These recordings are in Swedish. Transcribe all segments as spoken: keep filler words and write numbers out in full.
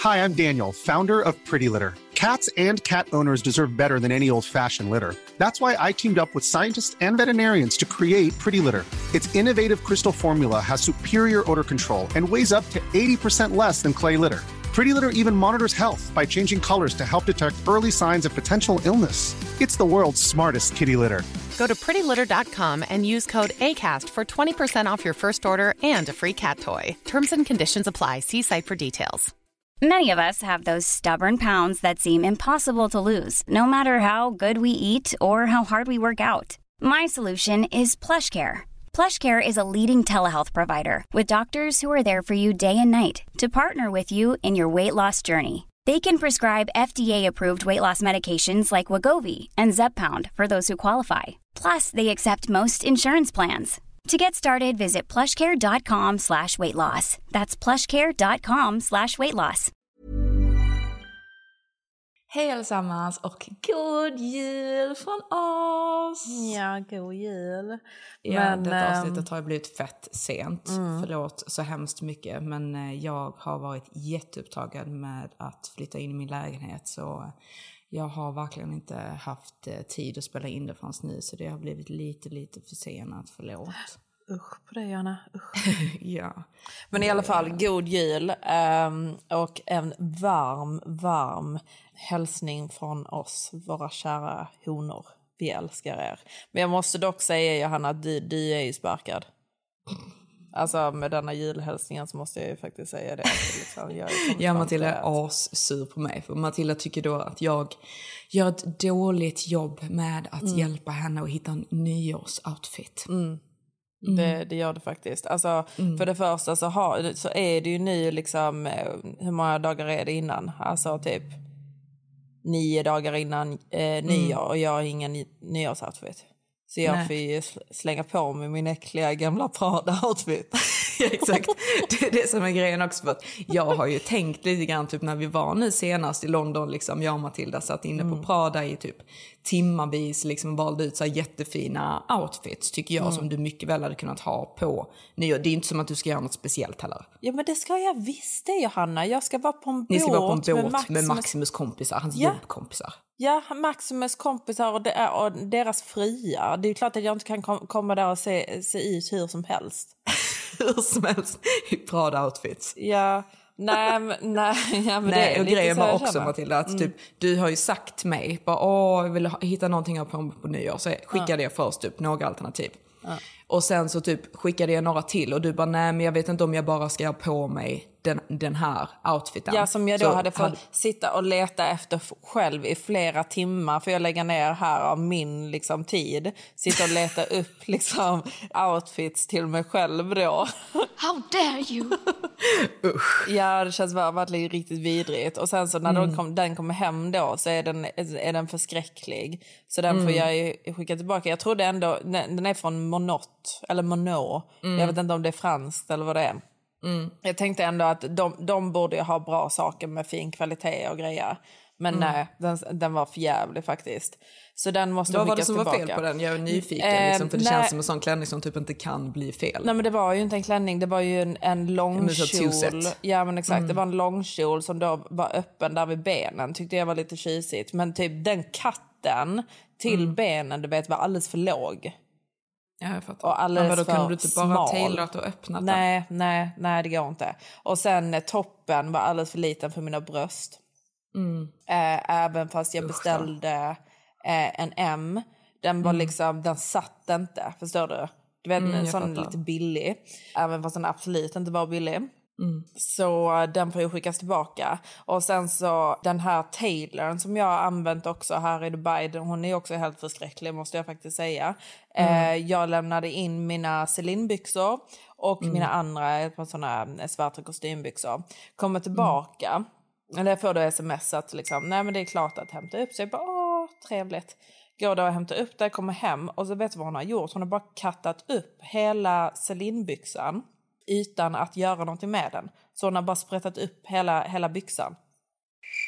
Hi, I'm Daniel, founder of Pretty Litter. Cats and cat owners deserve better than any old-fashioned litter. That's why I teamed up with scientists and veterinarians to create Pretty Litter. Its innovative crystal formula has superior odor control and weighs up to eighty percent less than clay litter. Pretty Litter even monitors health by changing colors to help detect early signs of potential illness. It's the world's smartest kitty litter. Go to pretty litter dot com and use code ACAST for twenty percent off your first order and a free cat toy. Terms and conditions apply. See site for details. Many of us have those stubborn pounds that seem impossible to lose, no matter how good we eat or how hard we work out. My solution is PlushCare. PlushCare is a leading telehealth provider with doctors who are there for you day and night to partner with you in your weight loss journey. They can prescribe F D A-approved weight loss medications like Wegovy and Zepbound for those who qualify. Plus, they accept most insurance plans. To get started, visit plushcare.com slash weight loss. That's plushcare.com slash weight loss. Hej allesammans och god jul från oss! Ja, god jul. Ja, men, detta avsnittet har blivit fett sent. Mm. Förlåt så hemskt mycket. Men jag har varit jätteupptagen med att flytta in i min lägenhet. Så jag har verkligen inte haft tid att spela in det förrän nu. Så det har blivit lite, lite försenat. Förlåt. Usch på dig, Anna. Usch. Ja. Men i alla fall, god jul. Um, och en varm, varm hälsning från oss, våra kära honor. Vi älskar er. Men jag måste dock säga, Johanna, att du, du är ju sparkad. Alltså med denna julhälsningen så måste jag ju faktiskt säga det. Liksom, jag ja, Matilda är assur på mig. För Matilda tycker då att jag gör ett dåligt jobb med att mm. hjälpa henne att hitta en nyårsoutfit. Mm. Mm. Det, det gör det faktiskt. Alltså, mm. För det första så, har, så är det ju nu liksom, hur många dagar är det innan? Alltså typ nio dagar innan eh, nyår mm. och jag har ingen ny, nyårsoutfit. Så jag Nej. får ju slänga på mig min äckliga gamla Prada-outfit. Ja, exakt. Det är det som är grejen också. För att jag har ju tänkt lite grann typ när vi var nu senast i London. Liksom, jag och Matilda satt inne mm. på Prada i typ timmarvis. Liksom valde ut så här jättefina outfits tycker jag. Mm. Som du mycket väl hade kunnat ha på nyår. Det är inte som att du ska göra något speciellt heller. Ja, men det ska jag visst det, Johanna. Jag ska vara på en båt. Ni ska vara på en båt med Maximus, med Maximus kompisar. Hans ja. jobbkompisar. Ja, Maximus kompisar och, det, och deras fria. Det är ju klart att jag inte kan kom, komma där och se, se ut hur som helst. Hur som helst i Prada-outfits. Ja, nej, men, nej, ja, men nej det och grejen var också, känna. Matilda, att mm. typ, du har ju sagt till mig, bara, åh, jag vill hitta någonting här på, på nyår. Så skickade ja. jag först typ några alternativ. Ja. Och sen så typ skickade jag några till och du bara, nej men jag vet inte om jag bara ska ha på mig den, den här outfiten. Ja, som jag då så hade fått hade... sitta och leta efter själv i flera timmar. För jag lägger ner här av min liksom, tid. Sitta och leta upp liksom, outfits till mig själv då. How dare you? Usch. Ja, det känns verkligen riktigt vidrigt. Och sen så när mm. de kom, den kommer hem då så är den, är den förskräcklig. Så den mm. får jag ju skicka tillbaka. Jag trodde ändå, den är från Monot. Eller Monod. Mm. Jag vet inte om det är franskt eller vad det är. Mm. Jag tänkte ändå att de, de borde ha bra saker med fin kvalitet och grejer. Men mm. nej, den, den var för jävlig faktiskt. Så den måste vad var det som tillbaka. var fel på den? Jag är nyfiken eh, liksom, för det nej. känns som en sån klänning som typ inte kan bli fel. Nej, men det var ju inte en klänning, det var ju en, en långkjol. Ja, men exakt, mm. det var en långkjol som då var öppen där vid benen. Tyckte jag var lite tjusigt. Men typ den katten till mm. benen, du vet, var alldeles för låg. Ja, jag fattar. Och alldeles men vadå, för kunde du inte bara smal. tailat och öppnat den? Nej, nej, nej, det går inte. Och sen toppen var alldeles för liten för mina bröst. Mm. Äh, även fast jag beställde äh, en M. Den var mm. liksom, den satt inte, förstår du? Du vet, mm, en sån lite billig. Även fast den absolut inte var billig. Mm. Så den får ju skickas tillbaka. Och sen så den här tailorn som jag har använt också här i Dubai, hon är också helt förskräcklig måste jag faktiskt säga. mm. eh, Jag lämnade in mina Celine-byxor och mm. mina andra ett par sådana svarta kostymbyxor. Kommer tillbaka mm. eller jag får då sms att liksom, nej men det är klart att hämta upp. Så jag bara, åh trevligt. Går då och hämtar upp det, kommer hem och så vet du vad hon har gjort. Hon har bara kattat upp hela Celine-byxan utan att göra någonting med den. Så hon har bara sprättat upp hela, hela byxan.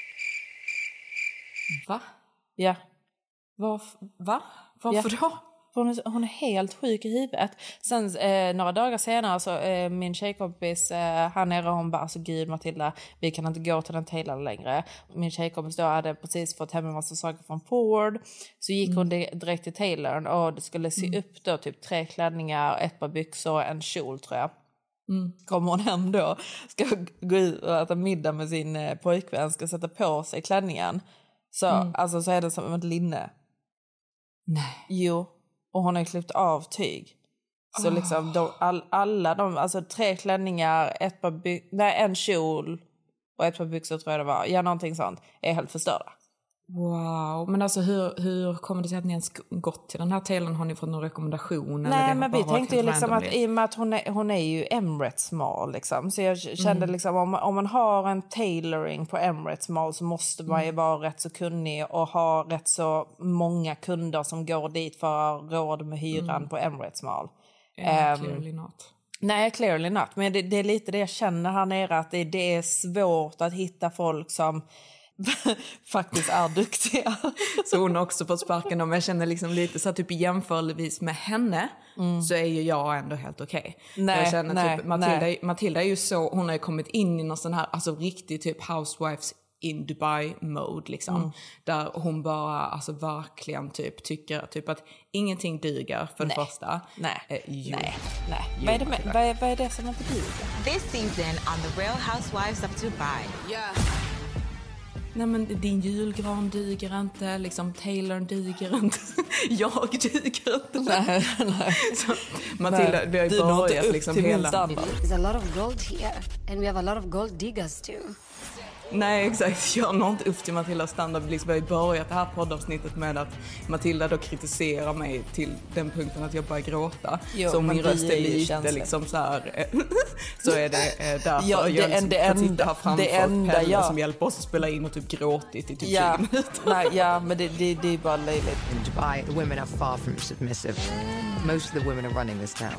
Va? Ja. Var, va? Varför ja. då? Hon är, hon är helt sjuk i huvudet. Sen eh, några dagar senare så eh, min tjejkompis eh, här nere, hon bara, alltså gud Matilda, vi kan inte gå till den tailorn längre. Min tjejkompis då hade precis fått hem en massa saker från Ford. Så gick mm. hon direkt till tailorn och det skulle se mm. upp då typ tre klänningar, ett par byxor, en kjol tror jag. Mm. Kommer hon hem då, ska gå ut och äta middag med sin eh, pojkvän, ska sätta på sig klänningen. Så, mm. alltså, så är det som ett linne. Nej. Jo. Och hon har klippt av tyg. Så oh. liksom de, all, alla de, alltså tre klänningar, ett par by- nej, en kjol och ett par byxor tror jag det var. Ja, någonting sånt. Är helt förstörda. Wow. Men alltså hur, hur kommer det sig att ni ens gått till den här tailorn? Har ni fått någon rekommendation? Nej, eller det men vi tänkte ju liksom att i och med att hon är, hon är ju Emirates Mall liksom. Så jag kände mm. liksom om, om man har en tailoring på Emirates Mall så måste man ju mm. vara rätt så kunnig och ha rätt så många kunder som går dit för att råd med hyran mm. på Emirates Mall. Yeah, um, clearly not. Nej, clearly not. Men det, det är lite det jag känner här nere, att det, det är svårt att hitta folk som faktiskt är duktiga. Så hon har också fått sparken om jag känner liksom lite så här, typ jämförelsevis med henne mm. så är ju jag ändå helt okej. Okay. Jag känner nej, typ Matilda, Matilda är ju så, hon har ju kommit in i någon sån här alltså riktig typ housewives in Dubai mode liksom. Mm. Där hon bara alltså verkligen typ tycker typ att ingenting duger för nej. det första. Nej. Eh, jo. Nej. Nej. Jo, vad, är det med, vad, är, vad är det som inte duger? This season on The Real Housewives of Dubai. Yeah. Nej men din julgran duger inte, liksom Taylorn duger inte, jag duger inte. Nej, nej. Så, Matilda, vi har ju börjat liksom hela... There's a lot of gold here and we have a lot of gold diggers too. Nej, exakt. Jag når inte upp till Matildas standard. Vi har ju börjat det här poddavsnittet med att Matilda då kritiserar mig till den punkten att jag bara gråta. Jo, så min röst är lite liksom så här... så är det eh, därför ja, det, jag liksom det enda, sitta här framför det enda Pelle jag... som hjälper oss att spela in och typ gråtit i typ ja, tjugo minuter. Nej, ja, men det, det, det är bara löjligt. In Dubai, the women are far from submissive. Most of the women are running this town.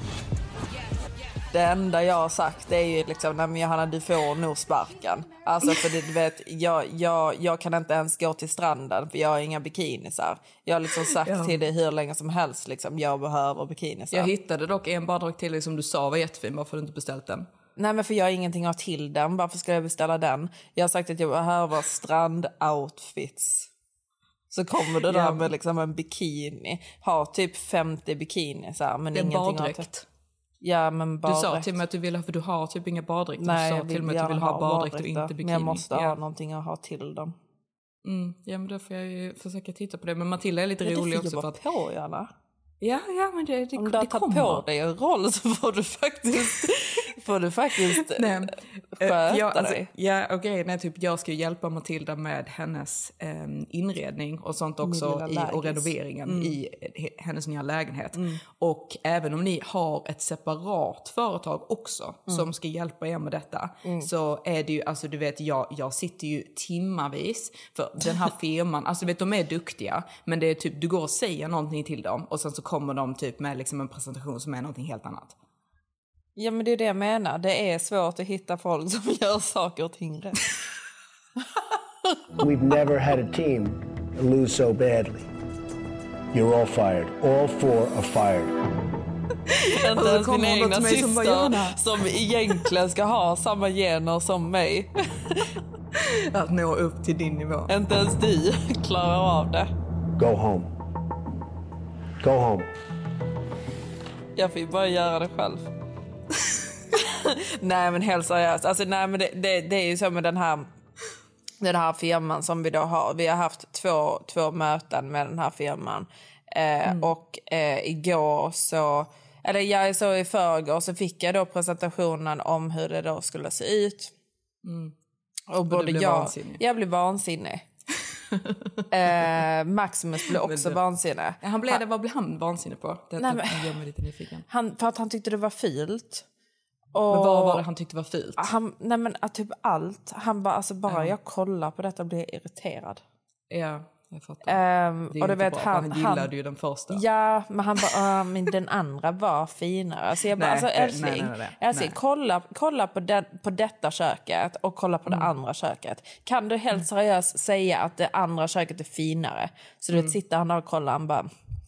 Det enda jag har sagt det är ju liksom, nej men Johanna, du får nog sparken. Alltså för det, du vet, jag, jag, jag kan inte ens gå till stranden för jag har inga bikinisar. Jag har liksom sagt ja. till dig hur länge som helst liksom, jag behöver bikinisar. Jag hittade dock en baddräkt till dig som du sa var jättefin, varför har du inte beställt den? Nej men för jag har ingenting att ha till den, varför ska jag beställa den? Jag har sagt att jag behöver strandoutfits. Så kommer det där ja. med liksom en bikini. Ha typ femtio bikinisar men ingenting baddräkt. Att ta. Ja, men baddräkt. Du sa till mig att du vill ha, för du har typ inga baddräkter. Nej, du sa till mig att du vill ha baddräkt och inte bikini. Men jag måste ja. ha någonting att ha till dem. Mm, ja, men då får jag ju försöka titta på det. Men Matilda är lite men rolig också för att... på, Jana. Ja, ja, men det, det, om det, du det kommer. Om du tar på dig en roll så får du faktiskt, får du faktiskt Nej, sköta jag, alltså, dig. Ja, och grejen är typ, jag ska hjälpa Matilda med hennes eh, inredning och sånt också i, och renoveringen mm. i hennes nya lägenhet. Mm. Och även om ni har ett separat företag också mm. som ska hjälpa er med detta mm. så är det ju, alltså du vet, jag, jag sitter ju timmavis för den här firman, alltså du vet, de är duktiga men det är typ, du går och säger någonting till dem och sen så kommer de typ med liksom en presentation som är någonting helt annat. Ja, men det är det jag menar. Det är svårt att hitta folk som gör saker och ting rätt. We've never had a team lose so badly. You're all fired. All four are fired. Inte ens min egna syster som, som egentligen ska ha samma gener som mig. Att nå upp till din nivå. Inte ens du klarar av det. Go home. Go home. Jag får ju bara göra det själv. Nej men helt seriöst. Alltså, nej, men det, det, det är ju så med den här, den här firman som vi då har. Vi har haft två, två möten med den här firman. Eh, mm. Och eh, igår så... Eller jag så i förrgår så fick jag då presentationen om hur det då skulle se ut. Mm. Och, och både jag... Vansinnig. Jag blev vansinnig. eh, Maximus blev också vansinnig. Ja, han blev han, det, vad blev han vansinnig på? Det, nej, men, jag gör mig lite nyfiken. Han, för att han tyckte det var fult. Och men vad var det han tyckte var fult? Han, nej men typ allt. Han bara, alltså bara mm. jag kollar på detta och blir irriterad. Ja, jag fattar. Um, det och det vet bra, han, han gillade han, ju den första. Ja, men han bara, uh, men den andra var finare. Alltså jag bara, nej, alltså älskling, nej, nej, nej, älskling nej. Kolla, kolla på, den, på detta köket och kolla på mm. det andra köket. Kan du helt seriöst säga att det andra köket är finare? Så du mm. vet, sitter han och kollar, han bara...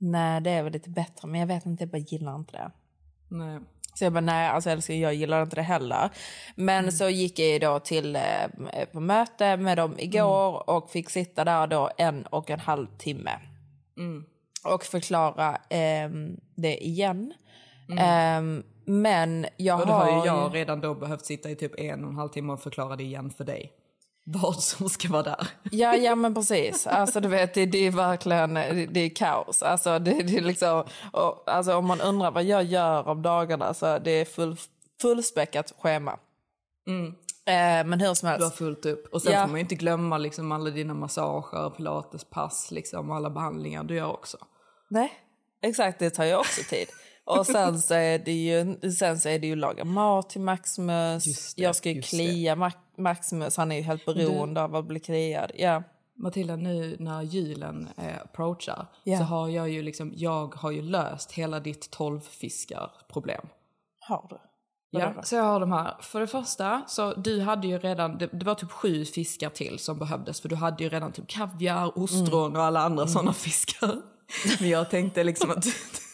nej det är väl lite bättre. Men jag vet inte, jag bara gillar inte det. Nej. Så jag bara, nej, alltså älskar, jag gillar inte det heller. Men mm. så gick jag då till eh, på möte med dem igår mm. och fick sitta där då en och en halv timme. Mm. Och förklara eh, det igen. Mm. Eh, men jag och då har... har ju jag redan då behövt sitta i typ en och en halv timme och förklara det igen för dig. Vad som ska vara där. Ja, ja men precis. Alltså du vet, det, det är verkligen det, det är kaos. Alltså, det, det är liksom, och, alltså om man undrar vad jag gör om dagarna så det är full, fullspäckat schema. Mm. Eh, men hur som helst. Du har fullt upp. Och sen ja. får man ju inte glömma liksom alla dina massager, pilatespass, liksom alla behandlingar du gör också. Nej, exakt, det tar ju också tid. Och sen så är det ju, sen så är det ju laga mat till Maximus. Det, jag ska ju klia det. Maximus, han är ju helt beroende du, av att bli kliad. Ja. Matilda, nu när julen eh, approachar yeah. så har jag ju liksom, jag har ju löst hela ditt tolv fiskar problem. Har du? Ja, så jag har de här. För det första, så du hade ju redan, det, det var typ sju fiskar till som behövdes. För du hade ju redan typ kaviar, ostron mm. och alla andra mm. sådana fiskar. Men jag tänkte liksom att...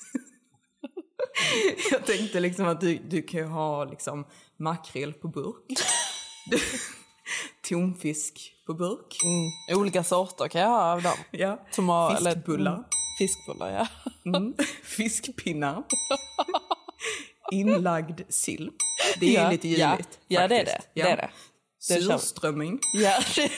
jag tänkte liksom att du, du kan ju ha liksom makrill på burk. Tonfisk på burk. Mm. Olika sorter kan jag ha av dem. Ja. Toma- Fiskbullar. Eller, fiskbullar, ja. Mm. Fiskpinnar. Inlagd sill. Det är ja. lite juligt. Ja, ja det är det. Ja. det, är det. det Surströmming. Ja, det...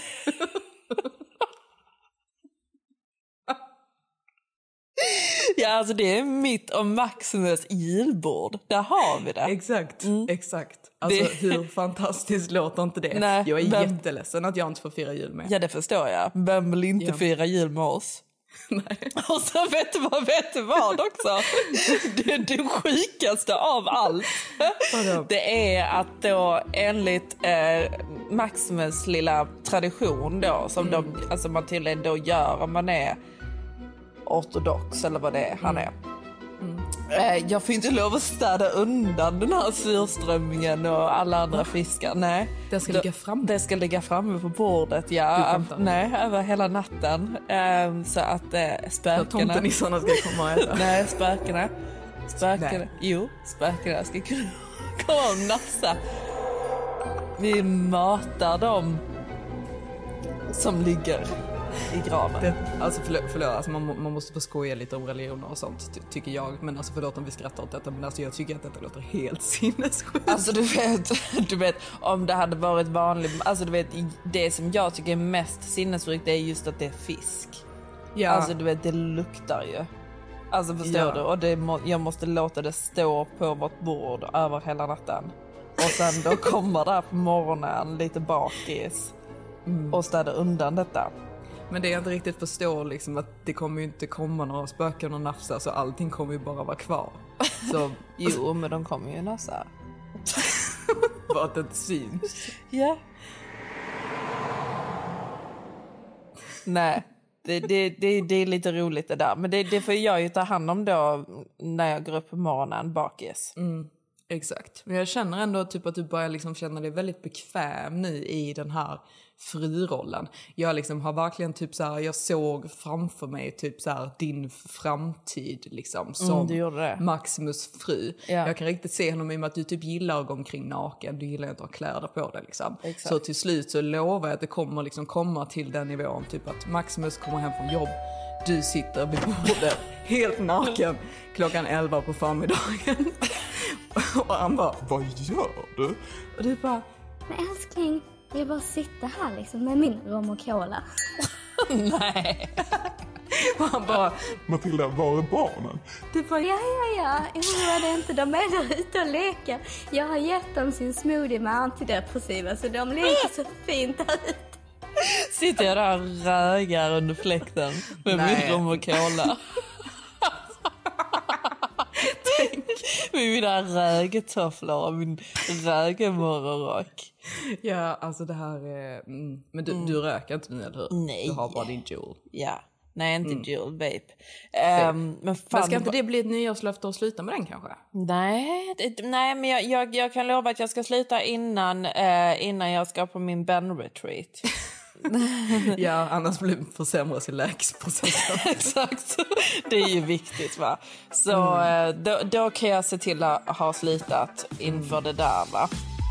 Ja, alltså det är mitt och Maximus julbord. Där har vi det. Exakt, mm. exakt. Alltså det... hur fantastiskt låter inte det? Nej, jag är men... jätteledsen att jag inte får fira jul med. Ja, det förstår jag. Vem vill inte ja. fira jul med oss? Nej. Och så vet du vad, vet du vad också? Det, det sjukaste av allt. Det är att då enligt eh, Maximus lilla tradition då, som mm. de, alltså man tydligen då gör om man är ortodox eller vad det är han är. Mm. Eh, jag får inte lov att städa undan den här surströmmingen och alla andra fiskar. Nej. Det ska ligga framme. Det ska ligga framme på bordet, ja. Nej, över hela natten. Eh, så att eh, spökena... Tomtenissarna ska komma och äta. Nej, spökena. Spökena. Nej. Jo, spökena ska kunna komma och nafsa. Vi matar dem som ligger i graven. Det, alltså förlåt, förlåt alltså man, man måste få skoja lite om religioner och sånt, ty, tycker jag. Men alltså förlåt om vi skrattar åt detta, men alltså jag tycker att detta låter helt sinnessjukt. Alltså du vet, du vet, om det hade varit vanligt, alltså du vet, det som jag tycker är mest sinnessjukt är just att det är fisk. Ja. Alltså du vet, det luktar ju. Alltså förstår ja. du? Och det må, jag måste låta det stå på vårt bord över hela natten. Och sen då kommer där på morgonen lite bakis mm. och städa undan detta. Men det jag inte riktigt förstår liksom att det kommer ju inte komma några spöken och nafsa, så allting kommer ju bara vara kvar. Så... jo, men de kommer ju nafsa. Bara att det inte syns. Ja. Nej, det, det, det, det är lite roligt det där. Men det, det får jag ju ta hand om då när jag går upp på morgonen bakis. Mm. Exakt. Men jag känner ändå typ att du börjar liksom känna dig väldigt bekväm nu i den här frirollen. Jag liksom har verkligen typ så här, jag såg framför mig typ så här din framtid liksom som mm, Maximus fru. Ja. Jag kan riktigt se honom i och med att du typ gillar att gå omkring naken. Du gillar inte att ha kläder på dig liksom. Exakt. Så till slut så lovar jag att det kommer liksom komma till den nivån typ att Maximus kommer hem från jobb. Du sitter vid bordet helt naken klockan elva på förmiddagen. Och han bara, vad gör du? Och du bara, men älskling, jag bara sitter här liksom med min rom och cola. Nej. Och han bara, Matilda, var är barnen? Du bara, ja, ja, ja, oroa dig inte, de är där ute och leker. Jag har gett dem sin smoothie med antidepressiva så de leker så fint där ute. Sitter jag där och rögar under fläkten med Nej. min rom och cola. Tänk. Med mina rögetofflor och min rögemorgonrock. Ja, alltså det här är... Mm. Men du, mm. du röker inte nu, eller hur? Nej. Du har bara din Juul. Ja, nej inte mm. Juul, vape. Um, men, fan, men ska inte det bli ett nyårslöfte att sluta med den kanske? Nej, det, nej men jag, jag, jag kan lova att jag ska sluta innan, uh, innan jag ska på min Ben-retreat. Ja, annars blir försämras i läkesprocessen. Exakt, det är ju viktigt va. Så mm. då, då kan jag se till att ha slitat inför det där va.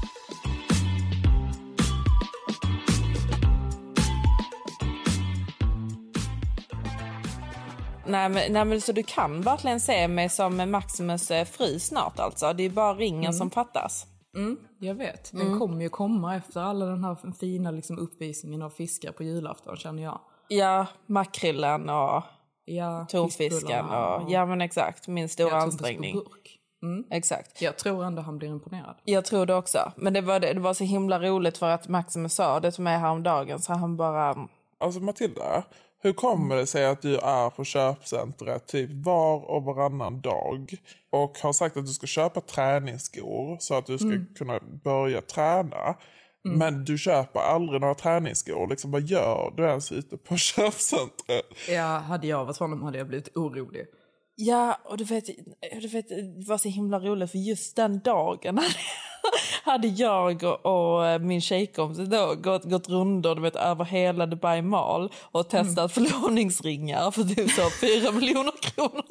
Nej men, nej men så du kan verkligen se mig som Maximus fru snart alltså. Det är bara ringen mm. som fattas. Mm, jag vet. Den mm. kommer ju komma efter alla den här fina liksom, uppvisningen av fiskar på julafton känner jag. Ja, makrillen och ja, tonfisken och, och ja men exakt, min stora jag ansträngning. Mm. Exakt. Jag tror ändå han blir imponerad. Jag tror det också. Men det var, det var så himla roligt för att Maximus sa det till mig häromdagen så han bara... Alltså Matilda, hur kommer det sig att du är på köpcentret typ var och varannan dag och har sagt att du ska köpa träningsskor så att du ska mm. kunna börja träna? Mm. Men du köper aldrig några träningsskor. Liksom, vad gör du ens ute på köpcentret? Ja, hade jag varit honom hade jag blivit orolig. Ja, och du vet, du vet, det var så himla roligt för just den dagen hade jag och, och min tjejkompis då gått, gått rundor du vet, över hela Dubai Mall och testat mm. förlåningsringar för typ så fyra miljoner kronor.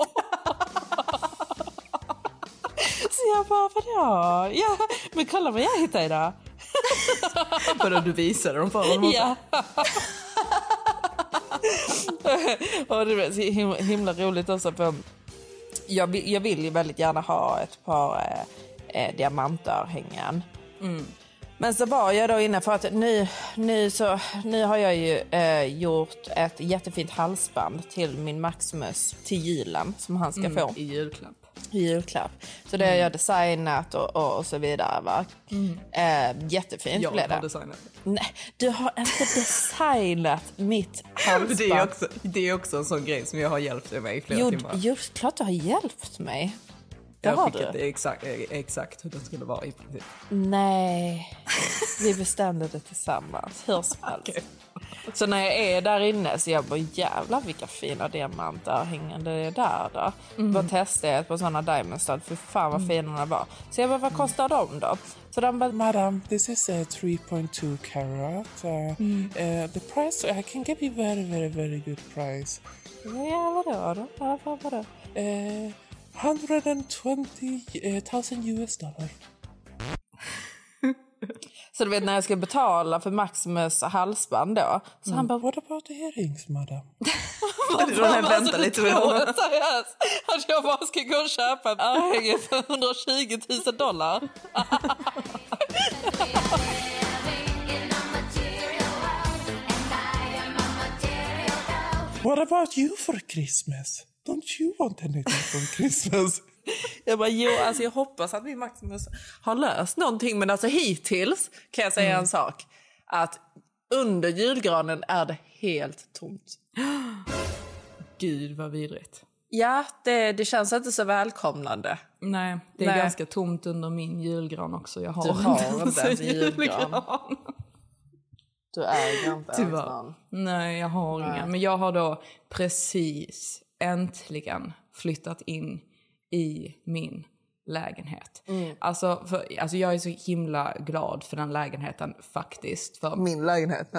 Så jag bara, vadå? Ja, men kolla vad jag hittade idag. Vadå, du visade dem för honom? Ja. Och det var så himla, himla roligt också för jag vill, jag vill ju väldigt gärna ha ett par eh, diamantörhängen. Mm. Men så var jag då inne för att nu, nu, så, nu har jag ju eh, gjort ett jättefint halsband till min Maximus till julen som han ska mm, få. I julklapp. I julklapp. Så det har jag designat och, och, och så vidare va. Mm. Eh, jättefint jag blev det. Jag har designat. Nej, du har inte designat mitt halsband. Det är, också, det är också en sån grej som jag har hjälpt dig med i flera jo, timmar. Jo, klart du har hjälpt mig. Det jag har fick du. inte exakt, exakt hur det skulle vara i princip. Nej, vi bestämde det tillsammans. Hur som helst. Okay. Så när jag är där inne så jag bara jävlar vilka fina diamanter hängande är där då. Mm. Bara testade jag på sådana diamond stud för fan vad fina de var. Så jag bara, vad kostar de då? Så de bara, madam, this is a three point two carat. Uh, mm. uh, the price, I can give you very, very, very good price. Ja, vadå då? Vad var vadå? Uh, one hundred twenty thousand U S dollar. Så du vet när jag ska betala för Maximus halsband då. Så mm. han bara, what about the earrings, madam? Vad fan, jag väntar lite med honom. Att jag bara ska gå och köpa en örhänge för hundratjugo tusen dollar. What about you for Christmas? Don't you want anything from Christmas? Jag bara, jo, alltså jag hoppas att min Maximus har löst någonting. Men alltså hittills kan jag säga mm. en sak. Att under julgranen är det helt tomt. Gud, vad vidrigt. Ja, det, det känns inte så välkomnande. Nej, det är Nej. ganska tomt under min julgran också. Jag har du har inte ens julgran. Du äger inte Tyvärr. Nej, jag har Nej. ingen. Men jag har då precis äntligen flyttat in i min lägenhet. Mm. Alltså, för, alltså jag är så himla glad för den lägenheten faktiskt. För... Min lägenhet?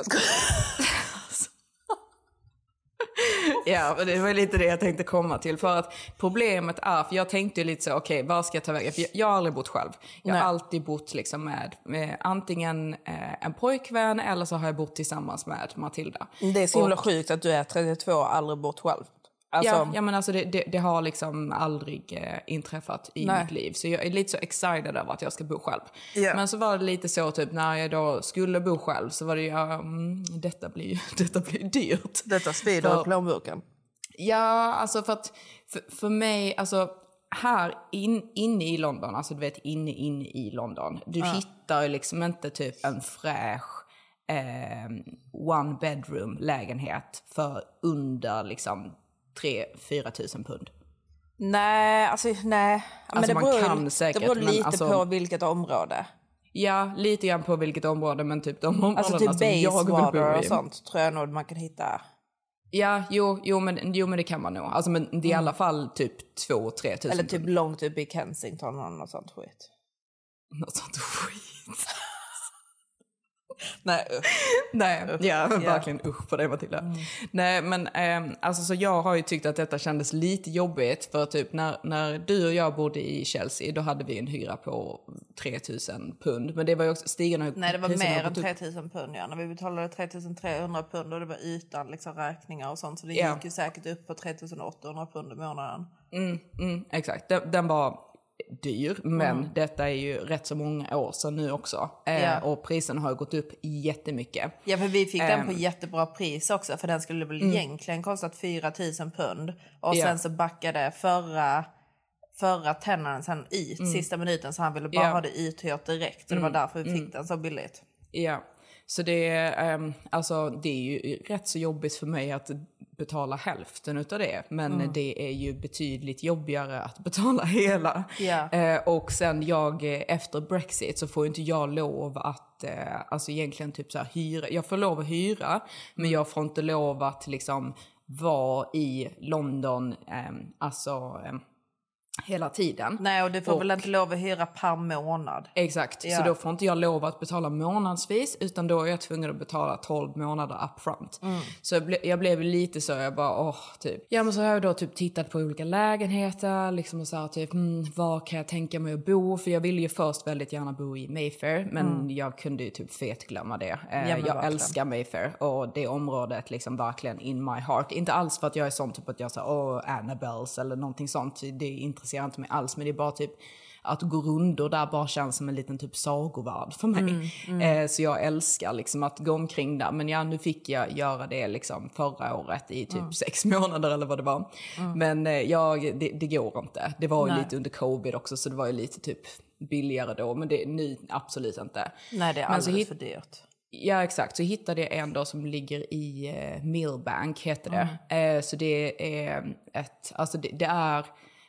Ja, men det var lite det jag tänkte komma till. För att problemet är, för jag tänkte lite så, okej, okay, vad ska jag ta vägen? För jag, jag har aldrig bott själv. Jag Nej. har alltid bott liksom med, med antingen eh, en pojkvän eller så har jag bott tillsammans med Matilda. Det är så himla och, sjukt att du är trettiotvå och aldrig bott själv. Alltså... Ja, ja, men alltså det, det, det har liksom aldrig eh, inträffat i Nej. mitt liv. Så jag är lite så excited över att jag ska bo själv. Yeah. Men så var det lite så typ när jag då skulle bo själv så var det ju, mm, detta blir detta blir dyrt. Detta svider i plånboken. Ja, alltså för att för, för mig, alltså här in, inne i London, alltså du vet inne inne i London, du uh. hittar ju liksom inte typ en fräsch eh, one bedroom lägenhet för under liksom tre till fyra tusen pund. Nej, alltså nej. Alltså men det man beror, kan säkert. Det beror lite alltså, på vilket område. Ja, lite grann på vilket område, men typ de områdena alltså typ som jag vill bo i. Och sånt tror jag nog man kan hitta. Ja, jo, jo, men, jo men det kan man nog. Alltså, men det är mm. i alla fall typ två till tre tusen. Eller typ långt upp i Kensington eller något sånt skit. Något sånt skit. Nej, usch. Nej, usch. ja, Ja. verkligen usch på dig, Matilda. Mm. Nej, men eh, alltså, så jag har ju tyckt att detta kändes lite jobbigt. För typ när, när du och jag bodde i Chelsea, då hade vi en hyra på tre tusen pund. Men det var ju också stigande. Nej, det var mer än tre tusen pund. Ja. När vi betalade tre tusen trehundra pund och det var utan liksom, räkningar och sånt. Så det ja. gick ju säkert upp på tre tusen åttahundra pund i månaden. Mm, mm, exakt, den, den var dyr, men mm. detta är ju rätt så många år sedan nu också. Eh, ja. Och prisen har gått upp jättemycket. Ja, för vi fick den på um, jättebra pris också. För den skulle väl mm. egentligen kostat fyra tusen pund. Och ja. sen så backade förra, förra tenaren sen ut mm. sista minuten. Så han ville bara ja. ha det uthyrt direkt. Så mm. det var därför vi fick mm. den så billigt. Ja, så det är, um, alltså, det är ju rätt så jobbigt för mig att betala hälften utav det. Men mm. det är ju betydligt jobbigare att betala hela. Yeah. Eh, och sen jag, efter Brexit så får inte jag lov att, eh, alltså egentligen typ så här hyra. Jag får lov att hyra, men jag får inte lov att liksom vara i London, eh, alltså... Eh, hela tiden. Nej, och du får och, väl inte lov att hyra per månad. Exakt, ja. Så då får inte jag lov att betala månadsvis, utan då är jag tvungen att betala tolv månader upfront. Mm. Så jag, ble, jag blev lite så, jag bara, åh, typ. Ja, men så har jag då typ tittat på olika lägenheter, liksom och så här, typ, mm, var kan jag tänka mig att bo? För jag ville ju först väldigt gärna bo i Mayfair, men mm. jag kunde ju typ fetglömma det. Eh, jag verkligen. älskar Mayfair, och det området liksom verkligen in my heart. Inte alls för att jag är sån typ att jag säger, åh, Annabelles eller någonting sånt. Det är inte ser inte mig alls, men det är bara typ att gå runt och där bara känns som en liten typ sagovärld för mig. Mm, mm. Eh, så jag älskar liksom att gå omkring där. Men ja, nu fick jag göra det liksom förra året i typ mm. sex månader eller vad det var. Mm. Men eh, jag, det, det går inte. Det var ju Nej. lite under covid också, så det var ju lite typ billigare då. Men det nu absolut inte. Nej, det är alldeles hit- för dyrt. Ja, exakt. Så hittade jag en då som ligger i eh, Millbank, heter det. Mm. Eh, så det är ett, alltså det, det är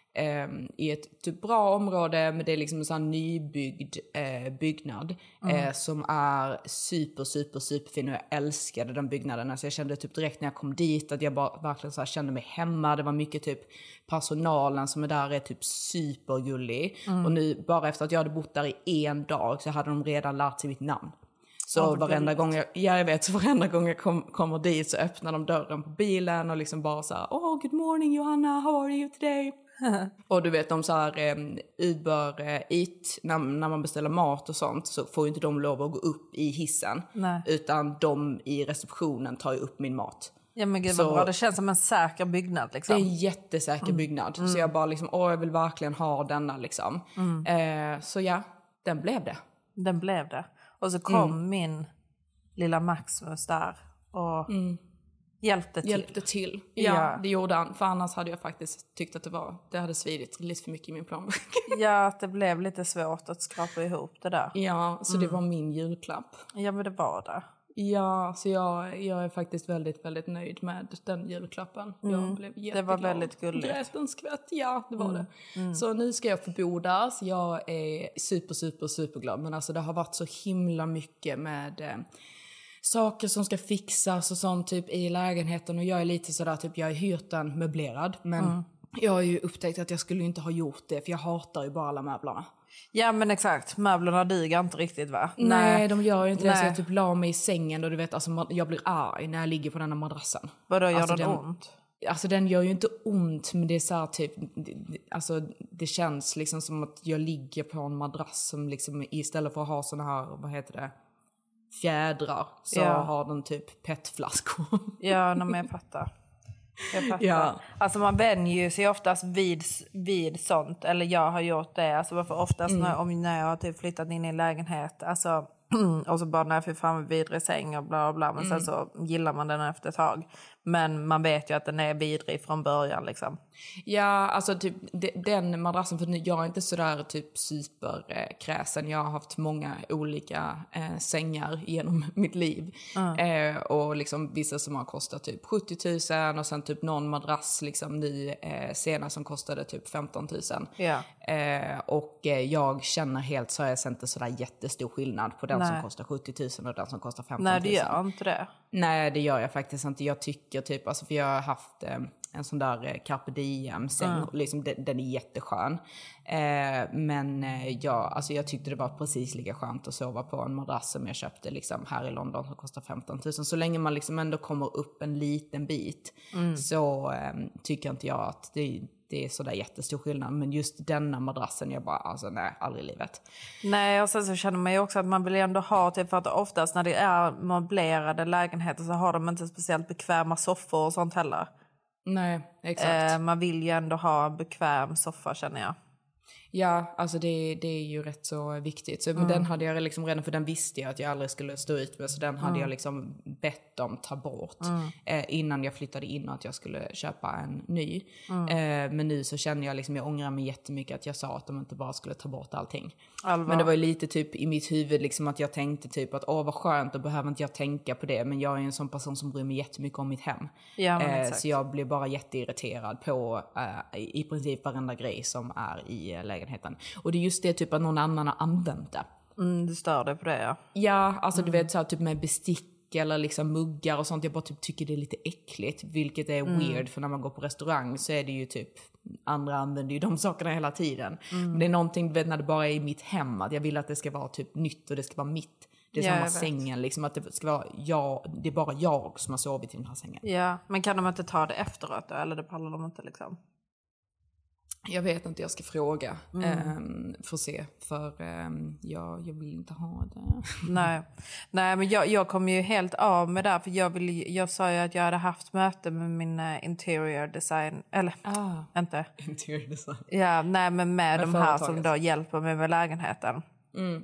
Um, i ett typ bra område, men det är liksom en sån nybyggd uh, byggnad mm. uh, som är super, super, superfin, och jag älskade den byggnaden. Alltså jag kände typ direkt när jag kom dit att jag bara verkligen så här kände mig hemma. Det var mycket typ personalen som är där är typ supergullig. Mm. Och nu, bara efter att jag hade bott där i en dag, så hade de redan lärt sig mitt namn. Så ja, varenda gång jag, ja, jag vet, så varenda gång jag kom, kommer dit så öppnar de dörren på bilen och liksom bara så här, oh, good morning Johanna, how are you today? Och du vet, de så här um, Uber uh, Eat, när, när man beställer mat och sånt, så får ju inte de lov att gå upp i hissen. Nej. Utan de i receptionen tar ju upp min mat. Ja, men gud, så, bra. Det känns som en säker byggnad liksom. Det är en jättesäker mm. byggnad. Mm. Så jag bara liksom, åh, jag vill verkligen ha denna liksom. Mm. uh, Så ja, den blev det. Den blev det. Och så kom mm. min lilla Maximus där och mm. hjälpte till. Hjälpte till. Ja, ja, det gjorde han. För annars hade jag faktiskt tyckt att det var, det hade svidit lite för mycket i min plånbok. Ja, att det blev lite svårt att skrapa ihop det där. Ja, så mm. det var min julklapp. Ja, men det var det. Ja, så jag, jag är faktiskt väldigt, väldigt nöjd med den julklappen. Mm. Jag blev det var väldigt gulligt. Grät en skvätt, ja, det var mm. det. Mm. Så nu ska jag få bo där. Så jag är super, super, superglad. Men alltså det har varit så himla mycket med eh, saker som ska fixas och sånt typ i lägenheten. Och jag är lite sådär, typ jag är hyrt den möblerad. Men mm. jag har ju upptäckt att jag skulle inte ha gjort det. För jag hatar ju bara alla möblerna. Ja, men exakt. Möblerna dyger inte riktigt, va? Nej, Nej de gör ju inte Nej. det. Så jag typ la mig i sängen och du vet, alltså, jag blir arg när jag ligger på den här madrassen. Vadå, gör alltså, den, den ont? Alltså den gör ju inte ont, men det är så här typ, alltså det känns liksom som att jag ligger på en madrass som liksom, istället för att ha såna här, vad heter det, fjädrar, så ja. har den typ petflaskor. Ja, när man fattar. Jag fattar. Ja. Alltså man vänjer ju sig oftast vid, vid sånt. Eller jag har gjort det. Alltså varför oftast mm. när, om, när jag har typ flyttat in i en lägenhet. Alltså, och så bara när jag får fram vidrig säng och bla bla. Men mm. sen så gillar man den efter ett tag. Men man vet ju att den är vidrig från början liksom. Ja, alltså typ den madrassen, för jag är inte sådär typ superkräsen. Jag har haft många olika eh, sängar genom mitt liv. Mm. Eh, och liksom vissa som har kostat typ sjuttio tusen och sen typ någon madrass liksom ny eh, senare som kostade typ femton tusen. Ja. Eh, och eh, jag känner helt så jag ser inte sådär jättestor skillnad på den Nej. som kostar sjuttio tusen och den som kostar femton tusen. Nej, det gör inte det. Nej, det gör jag faktiskt inte. Jag tycker typ, alltså för jag har haft, eh, en sån där carpe diem-säng. Mm. Liksom, den, den är jätteskön. Eh, men eh, ja, alltså jag tyckte det var precis lika skönt att sova på en madrass som jag köpte liksom, här i London som kostar femton tusen. Så länge man liksom ändå kommer upp en liten bit mm. så eh, tycker inte jag att det, det är sådär jättestor skillnad. Men just denna madrassen, jag bara, alltså nej, aldrig i livet. Nej, och sen så känner man ju också att man vill ändå ha, typ, för att oftast när det är möblerade lägenheter så har de inte speciellt bekväma soffor och sånt heller. Nej, exakt. Eh, man vill ju ändå ha en bekväm soffa, känner jag. Ja, alltså det, det är ju rätt så viktigt. Så, men Mm. den hade jag liksom redan, för den visste jag att jag aldrig skulle stå ut med. Så den hade Mm. jag liksom bett dem ta bort Mm. eh, innan jag flyttade in och att jag skulle köpa en ny. Mm. Eh, men nu så känner jag liksom, jag ångrar mig jättemycket att jag sa att de inte bara skulle ta bort allting. Allvar. Men det var ju lite typ i mitt huvud liksom att jag tänkte typ att åh vad skönt, då behöver inte jag tänka på det. Men jag är en sån person som bryr mig jättemycket om mitt hem. Ja, men eh, exakt. så jag blir bara jätteirriterad på eh, i princip varenda grej som är i eh, lägenheten. Och det är just det typ att någon annan har använt det. Mm, du stör dig på det, ja. Ja, alltså Mm. du vet så här, typ med bestick eller liksom muggar och sånt. Jag bara typ tycker det är lite äckligt, vilket är Mm. weird, för när man går på restaurang så är det ju typ, andra använder ju de sakerna hela tiden. Mm. Men det är någonting, du vet, när det bara är i mitt hem, att jag vill att det ska vara typ nytt och det ska vara mitt. Det är Ja, samma jag vet. sängen, liksom att det ska vara jag, det är bara jag som har sovit i den här sängen. Ja, men kan de inte ta det efteråt då? Eller det pallar de inte liksom? Jag vet inte, jag ska fråga. Mm. Um, får se, för um, ja, jag vill inte ha det. Nej, Nej men jag, jag kom ju helt av med det. För jag, vill, jag sa ju att jag hade haft möte med min uh, interior design. Eller, ah. inte. Interior design. Ja, nej men med, Med de här företaget. som då hjälper mig med lägenheten. Mm.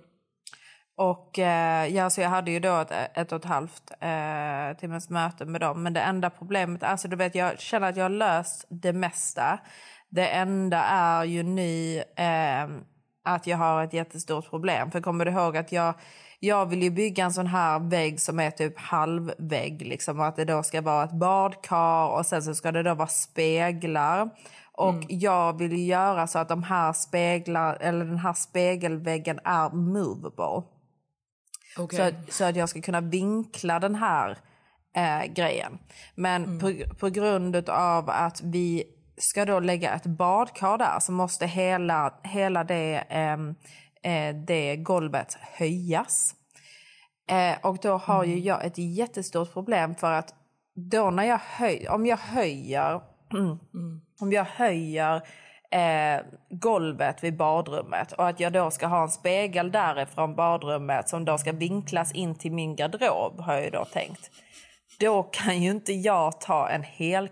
Och eh, ja, så jag hade ju då ett, ett och ett halvt eh, timmars möte med dem. Men det enda problemet, alltså du vet, jag känner att jag har löst det mesta. Det enda är ju nu eh, att jag har ett jättestort problem. För kommer du ihåg att jag, jag vill ju bygga en sån här vägg som är typ halvvägg. Liksom, att det då ska vara ett badkar och sen så ska det då vara speglar. Och mm. jag vill ju göra så att de här speglar, eller den här spegelväggen är movable. Okay. Så, att, så att jag ska kunna vinkla den här eh, grejen. Men mm. på, på grund av att vi ska då lägga ett badkar där, så måste hela, hela det, eh, det golvet höjas. Eh, och då har mm. ju jag ett jättestort problem, för att då när jag höj, om jag höjer mm. om jag höjer eh, golvet vid badrummet och att jag då ska ha en spegel därifrån badrummet som då ska vinklas in till min garderob, har jag ju då tänkt. Då kan ju inte jag ta en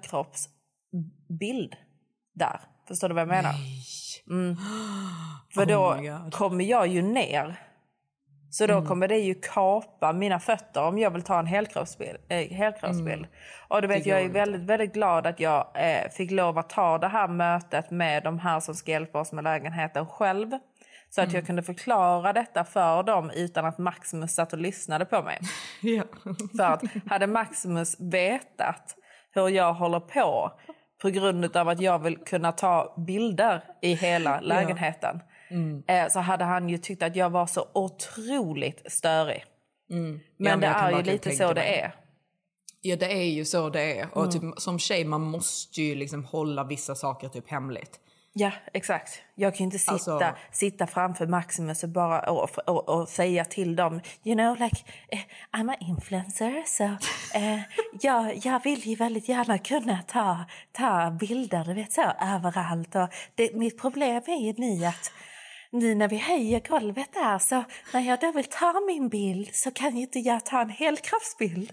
helkroppsbild där. Förstår du vad jag menar? Mm. För då oh kommer jag ju ner. Så då mm. kommer det ju kapa mina fötter om jag vill ta en helkroppsbild. Äh, helkroppsbild. Mm. Och du vet, jag är väldigt, väldigt glad att jag eh, fick lov att ta det här mötet med de här som ska hjälpa oss med lägenheten själv. Så att mm. jag kunde förklara detta för dem utan att Maximus satt och lyssnade på mig. Ja. För att hade Maximus vetat hur jag håller på på grund av att jag vill kunna ta bilder i hela lägenheten. Ja. Mm. Så hade han ju tyckt att jag var så otroligt störig. Mm. Men, ja, men det är ju lite så det mig. är. Ja, det är ju så det är. Och mm. typ, som tjej, man måste ju liksom hålla vissa saker typ hemligt. Ja, exakt. Jag kan ju inte sitta, alltså, sitta framför Maximus och bara och, och, och säga till dem, you know, like, uh, I'm an influencer, så uh, jag, jag vill ju väldigt gärna kunna ta, ta bilder, du vet, så överallt. Och det, mitt problem är ju nu att nu när vi höjer golvet där, så när jag då vill ta min bild så kan ju inte jag ta en helkroppsbild.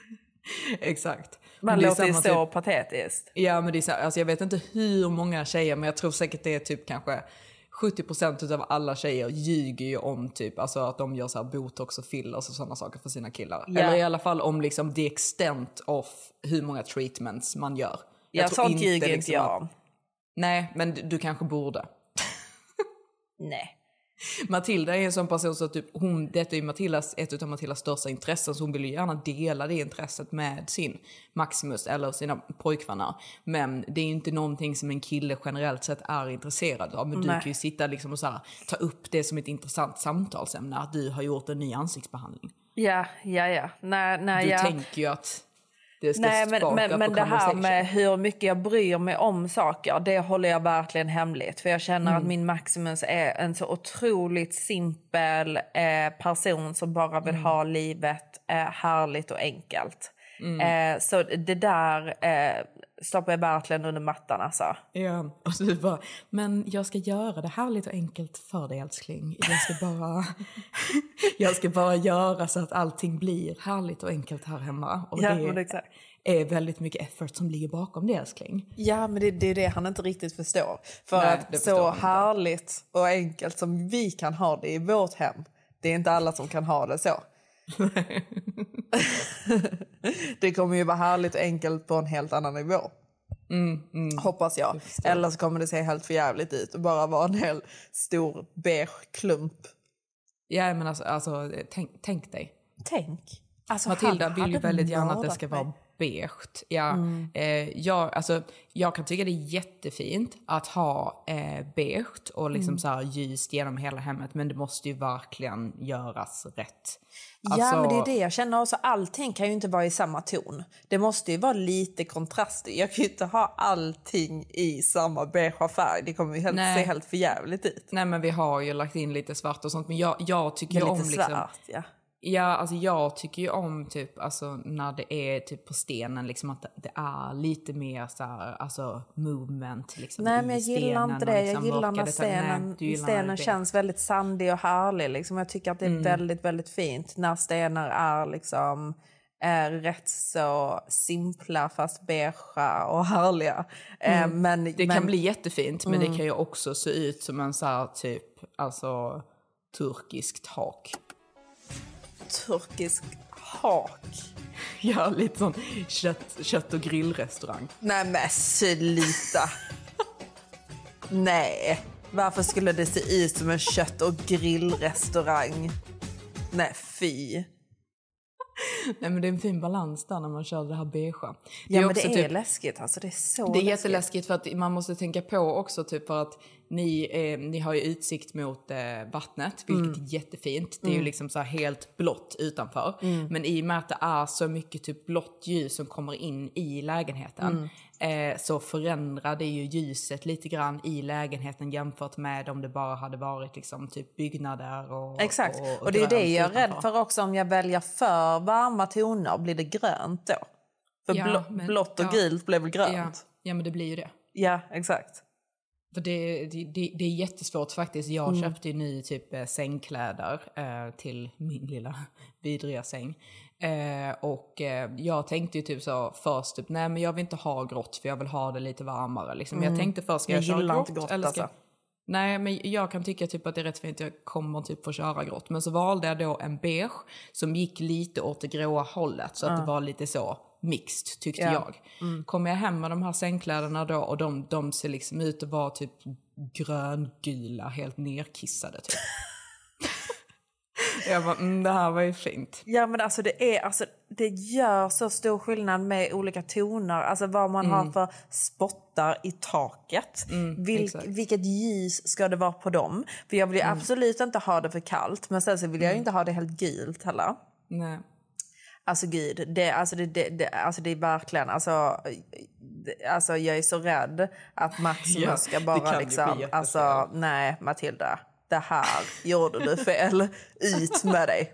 Exakt. Man låter ju så typ, patetiskt. Ja, men det är så, alltså jag vet inte hur många tjejer, men jag tror säkert det är typ kanske sjuttio procent av alla tjejer ljuger ju om typ, alltså att de gör så här botox och fillers och sådana saker för sina killar. Ja. Eller i alla fall om liksom the extent of hur många treatments man gör. Ja, jag sånt ljuger liksom inte jag. Att, nej, men du, du kanske borde. Nej. Matilda är en sån person så typ hon, detta är ju Matildas, ett av Matildas största intressen, så hon vill ju gärna dela det intresset med sin Maximus eller sina pojkvänner. Men det är ju inte någonting som en kille generellt sett är intresserad av. Men Nej. Du kan ju sitta liksom och så här, ta upp det som ett intressant samtalsämne, att du har gjort en ny ansiktsbehandling. Ja, ja, ja. Nej, nej, du ja. tänker ju att det ska Nej, men, men, men det här med hur mycket jag bryr mig om saker, det håller jag verkligen hemligt. För jag känner mm. att min Maximus är en så otroligt simpel eh, person som bara vill mm. ha livet eh, härligt och enkelt. Mm. Eh, så det där eh, stoppar jag verkligen under mattan alltså. Ja, och så du bara, men jag ska göra det härligt och enkelt för dig, älskling. Jag ska bara jag ska bara göra så att allting blir härligt och enkelt här hemma. Och ja, det det exakt. är väldigt mycket effort som ligger bakom det, älskling. Ja, men det, det är det han inte riktigt förstår. För Nej, att så härligt och enkelt som vi kan ha det i vårt hem, det är inte alla som kan ha det så. Det kommer ju vara härligt och enkelt på en helt annan nivå. Mm, mm. Hoppas jag. Eller så kommer det se helt förjävligt ut och bara vara en hel stor beige klump. Ja, men alltså, alltså tänk, tänk dig. Tänk. Alltså, Matilda vill ju väldigt gärna att det ska vara beige. Ja, mm. eh, jag, alltså, jag kan tycka det är jättefint att ha eh, beige och liksom mm. så här ljust genom hela hemmet, men det måste ju verkligen göras rätt. Alltså, ja, men det är det jag känner också. Allting kan ju inte vara i samma ton. Det måste ju vara lite kontraster. Jag kan ju inte ha allting i samma beige färg. Det kommer ju helt, se helt förjävligt ut. Nej, men vi har ju lagt in lite svart och sånt. Men jag, jag tycker ju om lite liksom... svart, ja. Ja, alltså jag tycker ju om typ, alltså när det är typ på stenen liksom, att det är lite mer så här, alltså movement liksom. Nej, men jag gillar inte det. Liksom, jag gillar när stenen, Nej, stenen känns väldigt sandig och härlig liksom. Jag tycker att det är mm. väldigt, väldigt fint när stenar är liksom är rätt så simpla fast beigea och härliga. Mm. Eh, men, det men, kan bli jättefint, men mm. det kan ju också se ut som en så här typ, alltså turkiskt hak. Turkisk hak. Ja, lite sån kött, kött- och grillrestaurang. Nej, men sluta. Nej, varför skulle det se ut som en kött- och grillrestaurang? Nej, fy. Nej, men det är en fin balans där när man kör det här beige. Ja, det men det är typ, läskigt. Alltså, det är så Det är läskigt. jätteläskigt för att man måste tänka på också typ för att ni, eh, ni har ju utsikt mot eh, vattnet, vilket mm. är jättefint. Det är mm. ju liksom så här helt blått utanför. Mm. Men i och med att det är så mycket typ blått ljus som kommer in i lägenheten mm. eh, så förändrar det ju ljuset lite grann i lägenheten jämfört med om det bara hade varit liksom typ byggnader och Exakt, och, och, och det är det jag är utanför. rädd för också. Om jag väljer för varma toner blir det grönt då. För ja, blå, men, blått och ja, gult blir väl grönt? Ja, ja, men det blir ju det. Ja, exakt. För det, det, det, det är jättesvårt faktiskt. Jag mm. köpte ju ny typ eh, sängkläder eh, till min lilla vidriga säng. Eh, och eh, jag tänkte ju typ så först typ, nej men jag vill inte ha grått för jag vill ha det lite varmare. Liksom. Mm. Jag tänkte först, ska jag, jag köra grått? grått eller ska... alltså. Nej, men jag kan tycka typ att det är rätt fint. Jag kommer typ få köra grått. Men så valde jag då en beige som gick lite åt det gråa hållet. Så mm. att det var lite så mixed tyckte yeah. jag. Mm. Kommer jag hem med de här sängkläderna då och de, de ser liksom ut att vara typ gröngula, helt nerkissade typ. Jag bara, mm, det här var ju fint. Ja, men alltså det är, alltså det gör så stor skillnad med olika toner. Alltså vad man mm. har för spottar i taket. Mm, Vil, vilket ljus ska det vara på dem? För jag vill ju mm. absolut inte ha det för kallt. Men sen så vill jag ju inte ha det helt gult heller. Nej. Alltså gud, det, alltså, det, det, det, alltså det är verkligen, alltså, det, alltså jag är så rädd att Maximus ja, ska bara liksom, alltså nej Matilda, det här gjorde du fel, ut med dig.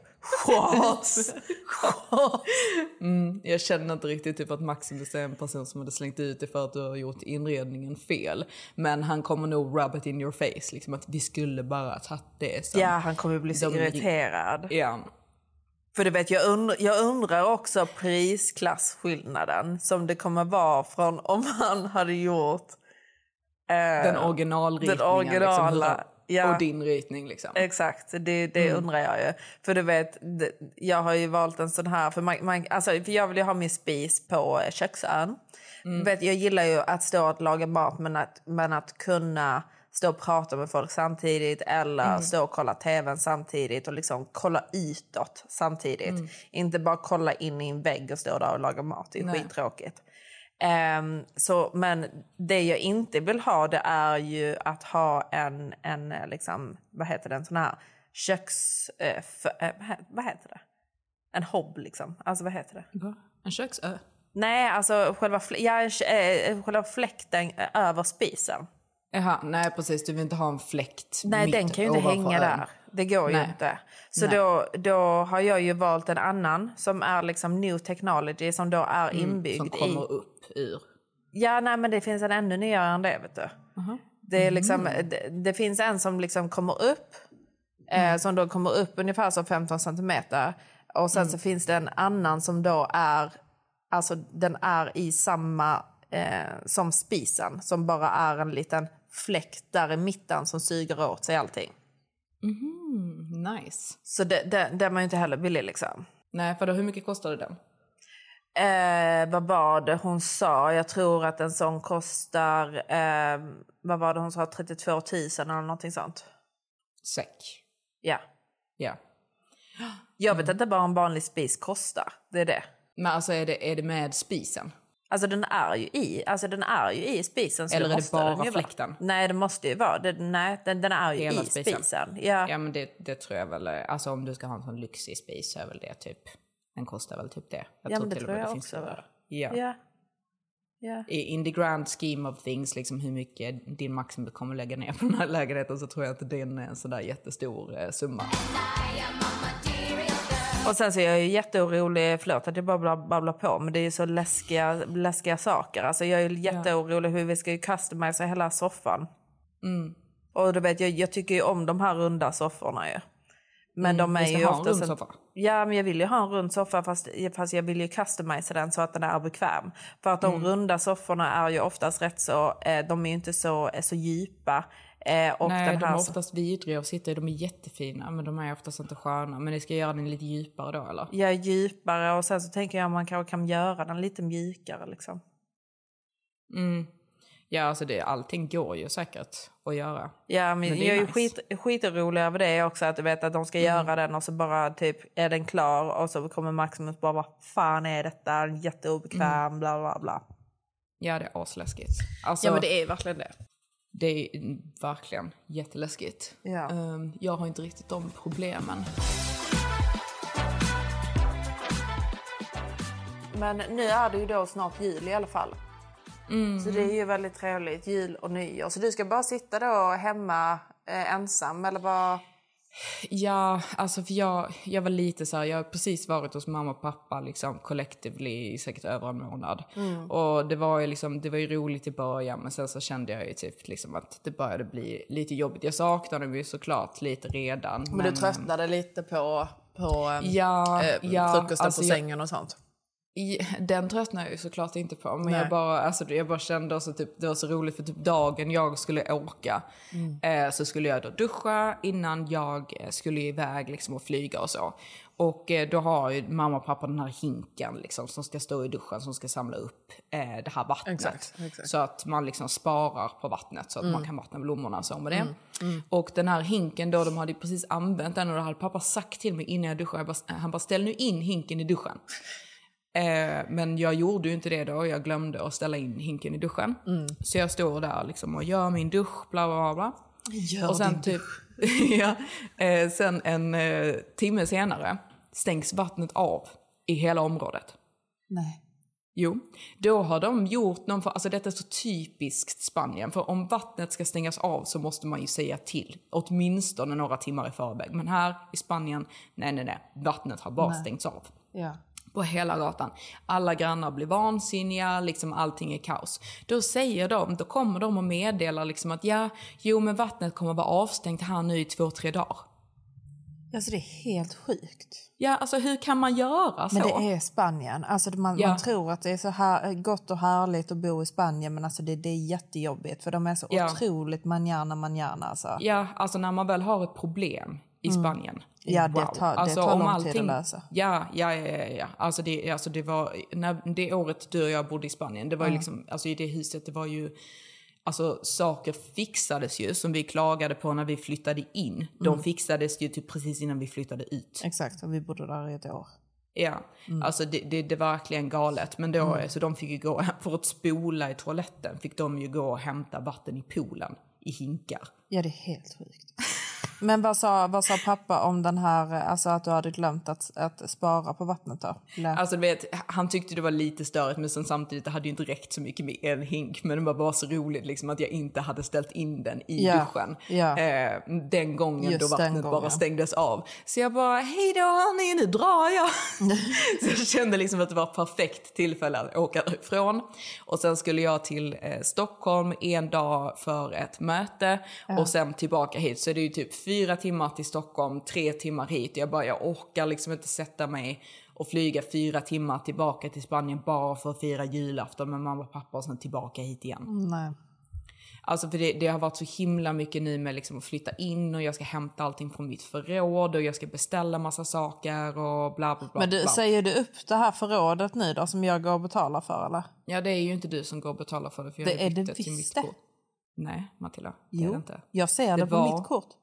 mm, jag känner inte riktigt typ att Maximus är en person som hade slängt ut det för att du har gjort inredningen fel. Men han kommer nog rub it in your face, liksom att vi skulle bara tagit det. Som ja, han kommer bli så de, irriterad. Ja. För du vet, jag undrar, jag undrar också prisklassskillnaden som det kommer vara från om han hade gjort eh, den originalritningen den originala, liksom, ja, och din ritning liksom. Exakt, det, det mm. undrar jag ju. För du vet, det, jag har ju valt en sån här, för, man, man, alltså, för jag vill ju ha min spis på köksön. Mm. Vet, jag gillar ju att stå och laga mat, men att, men att kunna stå och prata med folk samtidigt eller mm. stå och kolla tvn samtidigt och liksom kolla utåt samtidigt. Mm. Inte bara kolla in i en vägg och stå där och laga mat. Det är Nej. skittråkigt. Um, så, men det jag inte vill ha, det är ju att ha en, en liksom, vad heter det, en sån här köks... Uh, för, uh, vad heter det? En hobb liksom. Alltså vad heter det? Va? En köksö? Nej, alltså själva, fl- ja, äh, själva fläkten över spisen. Jaha, nej precis, du vill inte ha en fläkt. Nej, den kan ju inte hänga där. Det går nej. ju inte. Så då, då har jag ju valt en annan som är liksom new technology som då är mm, inbyggd som kommer i... upp ur. Ja, nej men det finns en ännu nyare än det, vet du. Uh-huh. Det, är liksom, mm. det, det finns en som liksom kommer upp, mm. eh, som då kommer upp ungefär som femton centimeter. Och sen mm. så finns det en annan som då är, alltså den är i samma eh, som spisen, som bara är en liten fläkt där i mitten som suger åt sig allting. Mm, nice. Så det, det, det är man ju inte heller billig liksom. Nej, för då hur mycket kostade den? Eh, vad var det hon sa? Jag tror att en sån kostar, eh, vad var det hon sa, trettiotvå tusen eller någonting sånt. Säck. Ja. Ja. Jag vet inte bara en vanlig spis kostar, det är det. Men alltså är det, är det med spisen? Alltså den är ju i, alltså den är ju i spisen. Så eller det är det bara den fläkten? Nej, det måste ju vara. Det, nej, den, den är ju hela i spisen. spisen. Ja. ja, men det, det tror jag väl. Alltså om du ska ha en sån lyxig spis så är väl det typ, den kostar väl typ det. Jag ja, tror men det tror jag det också. Ja. Ja. Ja. In the grand scheme of things, liksom hur mycket din Maxim kommer lägga ner på den här lägenheten, så tror jag att det är en sån där jättestor eh, summa. Och sen så är jag ju jätteorolig, förlåt att jag bara babblar på, men det är ju så läskiga, läskiga saker. Alltså jag är ju jätteorolig hur vi ska ju customisa hela soffan. Mm. Och du vet, jag, jag tycker ju om de här runda sofforna ju. Men mm, de är ju ofta så... Soffa. Ja, men jag vill ju ha en rund soffa fast, fast jag vill ju customisa den så att den är bekväm. För att de mm. runda sofforna är ju oftast rätt så, eh, de är ju inte så, är så djupa. Eh, och Nej, den de här är oftast vidriga och sitter, de är jättefina, men de är oftast inte sköna. Men det ska göra den lite djupare då, eller? Ja, djupare, och sen så tänker jag att man kanske kan göra den lite mjukare liksom. Mm. Ja, alltså det, allting går ju säkert att göra. Ja, men, men jag är nice. ju skit, skitorolig över det också, att du vet att de ska mm. göra den och så bara typ är den klar och så kommer Maximus bara, vad fan är detta? Jätteobekväm, mm. bla bla bla. Ja, det är asläskigt. Alltså, ja, men det är verkligen det. Det är verkligen jätteläskigt. Ja. Um, jag har inte riktigt de problemen. Men nu är det ju då snart jul i alla fall. Mm. Så det är ju väldigt trevligt, jul och nyår. Så du ska bara sitta då hemma eh, ensam eller bara... Ja, alltså för jag, jag var lite så här, jag har precis varit hos mamma och pappa liksom collectively i säkert över en månad. Mm. Och det var ju liksom, det var ju roligt i början, men sen så kände jag ju typ liksom att det började bli lite jobbigt. Jag saknade mig såklart lite redan. Men, men du tröttnade lite på, på ja, äh, ja, frukosten alltså på sängen och sånt? Den tröttnade jag ju såklart inte på. Men Nej. jag bara, alltså, jag bara kände också typ, det var så roligt för typ dagen jag skulle åka. Mm. Eh, så skulle jag då duscha innan jag skulle iväg liksom, och flyga och så. Och eh, då har ju mamma och pappa den här hinken liksom, som ska stå i duschen, som ska samla upp eh, det här vattnet. Exakt, exakt. Så att man liksom sparar på vattnet så att mm. man kan vattna blommorna och så med det. Mm. Mm. Och den här hinken då, de hade precis använt den och då hade pappa sagt till mig innan jag duschade, jag bara, han bara, ställ nu in hinken i duschen. Eh, men jag gjorde ju inte det då. Jag glömde att ställa in hinken i duschen. Mm. Så jag står där liksom och gör min dusch, bla bla bla. Gör och sen din typ ja, eh, sen en eh, timme senare stängs vattnet av i hela området. Nej. Jo, då har de gjort någon, för, alltså detta är så typiskt Spanien, för om vattnet ska stängas av så måste man ju säga till, åtminstone några timmar i förväg. Men här i Spanien, nej nej nej, vattnet har bara nej. stängts av. Ja. På hela gatan. Alla grannar blir vansinniga, liksom allting är kaos. Då säger de, då kommer de och meddelar liksom att ja, jo men vattnet kommer vara avstängt här nu i två, tre dagar. Alltså det är helt sjukt. Ja, alltså hur kan man göra så? Men det är Spanien. Alltså man, ja. man tror att det är så här gott och härligt att bo i Spanien, men alltså det, det är jättejobbigt för de är så ja. otroligt manjana manjana alltså. Ja, alltså när man väl har ett problem i mm. Spanien. Ja, wow. det tar, det alltså, tar om lång allting, tid att lösa. Ja, ja, ja, ja. Alltså det, alltså det var, när det året du och jag bodde i Spanien, det var mm. ju liksom, alltså i det huset, det var ju, alltså saker fixades ju som vi klagade på när vi flyttade in. Mm. De fixades ju typ precis innan vi flyttade ut. Exakt, och vi bodde där i ett år. Ja, mm. alltså det, det, det var verkligen galet. Men då, mm. så de fick ju gå, för att spola i toaletten, fick de ju gå och hämta vatten i poolen, i hinkar. Ja, det är helt sjukt. Men vad sa, vad sa pappa om den här, alltså att du hade glömt att, att spara på vattnet då? Eller? Alltså du vet, han tyckte det var lite störigt, men sen samtidigt det hade ju inte räckt så mycket med en hink. Men det var bara så roligt liksom att jag inte hade ställt in den i ja. duschen. Ja. Eh, den gången Just då vattnet gången. bara stängdes av. Så jag bara, hej då hörni, nu drar jag. Så jag kände liksom att det var perfekt tillfälle att åka ifrån. Och sen skulle jag till eh, Stockholm en dag för ett möte. Ja. Och sen tillbaka hit. Så det är ju typ fyra timmar till Stockholm, tre timmar hit. Jag bara, jag orkar liksom inte sätta mig och flyga fyra timmar tillbaka till Spanien bara för att fira julafton med mamma och pappa och sen tillbaka hit igen. Nej. Alltså för det, det har varit så himla mycket nu med liksom att flytta in och jag ska hämta allting från mitt förråd och jag ska beställa massa saker och bla bla bla. Men du, bla. säger du upp det här förrådet nu då som jag går och betalar för eller? Ja, det är ju inte du som går och betalar för det, för jag det har är det bytt till mitt visst det. kort. Nej, Matilda, det jo, är det inte. Jag ser det, det på var... mitt kort.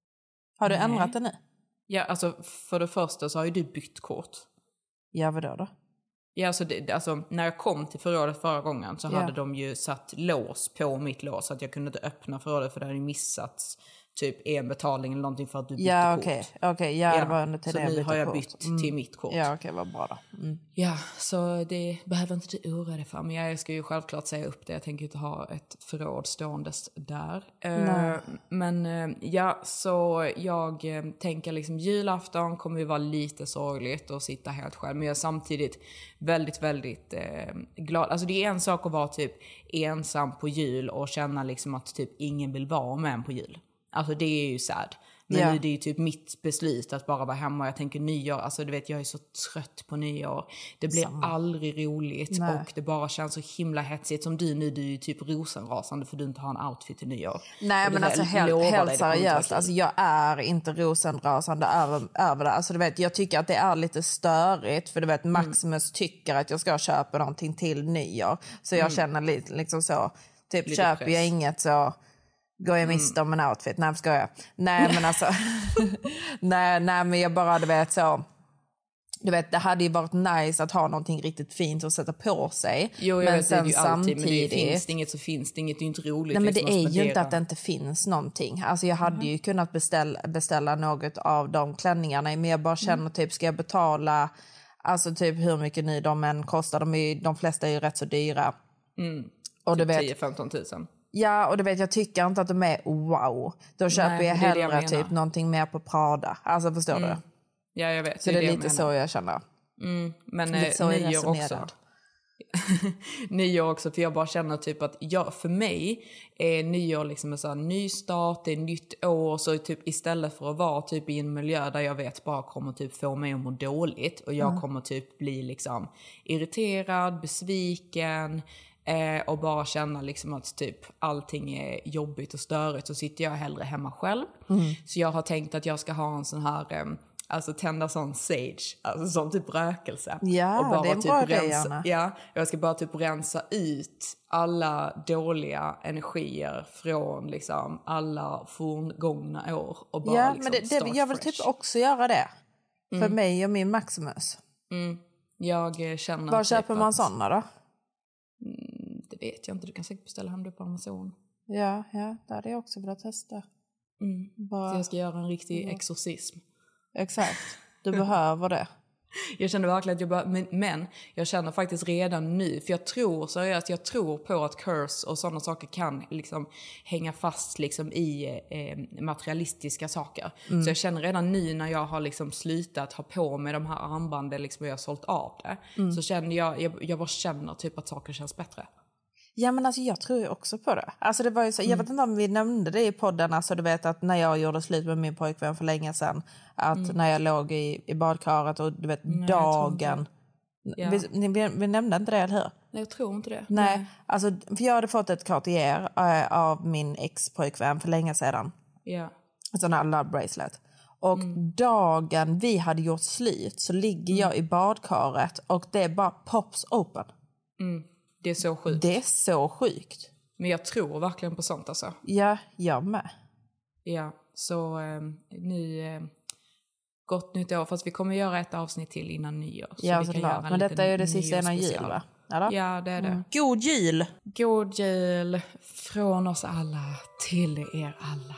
Har du Nej. ändrat det nu? Ja, alltså för det första så har ju du bytt kort. Ja, vadå då? Ja, alltså, det, alltså när jag kom till förrådet förra gången så ja. hade de ju satt lås på mitt lås så att jag kunde inte öppna förrådet för det hade missats typ en betalning eller någonting för att du bytte ja, kort. Okay. Ja, okej. Ja, det var under till så det nu har jag kort. bytt mm. till mitt kort. Ja, okej, okay, vad bra då. Mm. Ja, så det behöver inte du oroa dig för. Men jag ska ju självklart säga upp det. Jag tänker inte ha ett förråd ståendes där. Uh, men uh, ja, så jag uh, tänker liksom julafton kommer ju vara lite sorgligt att sitta helt själv. Men jag är samtidigt väldigt, väldigt uh, glad. Alltså det är en sak att vara typ ensam på jul och känna liksom att typ ingen vill vara med en på jul. Alltså det är ju sad. Men yeah. nu det är ju typ mitt beslut att bara vara hemma. Jag tänker nyår, alltså du vet jag är så trött på nyår. Det blir Samma. aldrig roligt. Nej. Och det bara känns så himla hetsigt. Som du nu, du är ju typ rosenrasande för du inte har en outfit till nyår. Nej men alltså helt, helt seriöst. Alltså jag är inte rosenrasande över, över det. Alltså du vet, jag tycker att det är lite störigt. För du vet Maximus mm. tycker att jag ska köpa någonting till nyår. Så jag mm. känner lite liksom så. Typ lite köper press. Jag inget så... Går jag miste om en outfit? Nej, ska jag. Nej, men alltså... nej, nej, men jag bara, du vet så... Du vet, det hade ju varit nice att ha någonting riktigt fint att sätta på sig. Jo, jag men vet, sen det är ju samtidigt... alltid, men det finns det inget så finns det inget, det är inte roligt. Nej, men liksom, det är att ju inte att det inte finns någonting. Alltså jag hade mm. ju kunnat beställa, beställa något av de klänningarna, men jag bara känner mm. typ, ska jag betala... Alltså typ hur mycket nu de än kostar. De, är, de flesta är ju rätt så dyra. Mm. Och typ du vet, tio till femton tusen. Ja, och du vet, jag tycker inte att de är wow. Då köper Nej, jag hellre jag typ någonting mer på Prada. Alltså förstår mm. du? Ja, jag vet. Så det är, det är lite jag så jag känner. Mm. Men eh, nyår också. Nyår också, för jag bara känner typ att jag, för mig är nyår liksom en sån här ny start, det är nytt år. Så typ istället för att vara typ i en miljö där jag vet bara kommer typ få mig att må dåligt. Och jag mm. kommer typ bli liksom irriterad, besviken. Eh, och bara känna liksom att typ allting är jobbigt och störigt, så sitter jag hellre hemma själv. Mm. Så jag har tänkt att jag ska ha en sån här, eh, alltså tända sån sage, alltså sån typ rökelse. Ja, och bara det är en typ bra rensa, ja, jag ska bara typ rensa ut alla dåliga energier från liksom alla forngångna år. Och bara ja, liksom men det, det, jag vill fresh. typ också göra det. För mm. mig och min Maximus. Mm. Jag känner var typ köper man att... såna då? Mm, det vet jag inte, du kan säkert beställa hem det på Amazon. Ja, ja, det hade jag också velat testa. Mm. Bara... Så jag ska göra en riktig mm. exorcism. Exakt, du behöver det. Jag känner verkligen att jag bara, men, men jag känner faktiskt redan nu, för jag tror seriöst, jag tror på att curse och sådana saker kan liksom hänga fast liksom i eh, materialistiska saker. Mm. Så jag känner redan nu när jag har liksom slutat ha på med de här armbanden liksom, och jag har sålt av det, mm. så känner jag, jag, jag bara känner typ att saker känns bättre. Ja, men alltså jag tror ju också på det. Alltså det var ju så, mm. jag vet inte om vi nämnde det i podden, alltså du vet att när jag gjorde slut med min pojkvän för länge sedan, att mm. när jag låg i, i badkaret och du vet Nej, dagen, ja. vi, vi, vi nämnde inte det, eller hur? Nej, jag tror inte det. Nej, Nej. Alltså för jag hade fått ett Cartier äh, av min ex-pojkvän för länge sedan. Ja. En sån här love bracelet. Och mm. dagen vi hade gjort slut så ligger mm. jag i badkaret och det bara pops open. Mm. Det är så sjukt. Det är så sjukt. Men jag tror verkligen på sånt alltså. Ja, jag med. Ja, så eh, nu eh, gott nytt år. Fast vi kommer göra ett avsnitt till innan nyår. Så ja, vi så kan klart. Men detta är ju det sista innan jul, va? Eller? Ja, det är det. Mm. God jul! God jul från oss alla till er alla.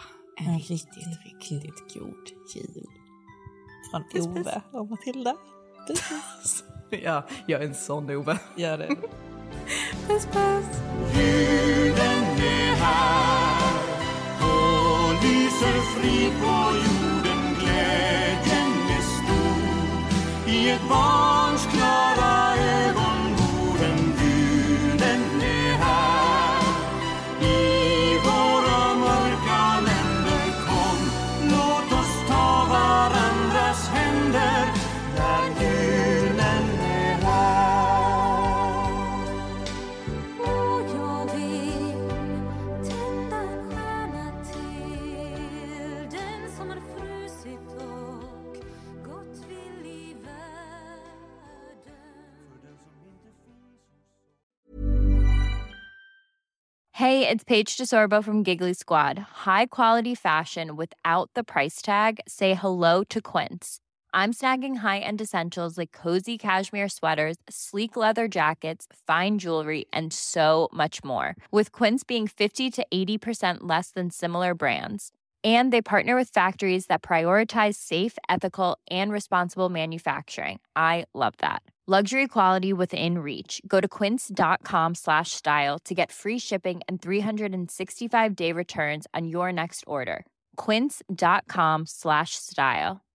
En riktigt, riktigt god jul. Från Ove och Matilda. Ja, jag är en sån Ove. Gör det. Puss, puss. Julen är här och lyser fri på jorden. Glädjen är stor i ett barns klara ögon bor en julen är här. I våra mörka länder kom, låt oss ta varandras händer när julen är här. Och jag vill tända en stjärna till den som har frusit och gått vill i världen. Hey, it's Paige DeSorbo from Giggly Squad. High quality fashion without the price tag. Say hello to Quince. I'm snagging high-end essentials like cozy cashmere sweaters, sleek leather jackets, fine jewelry, and so much more. With Quince being fifty to eighty percent less than similar brands. And they partner with factories that prioritize safe, ethical, and responsible manufacturing. I love that. Luxury quality within reach. Go to quince.com slash style to get free shipping and three sixty-five day returns on your next order. Quince.com slash style.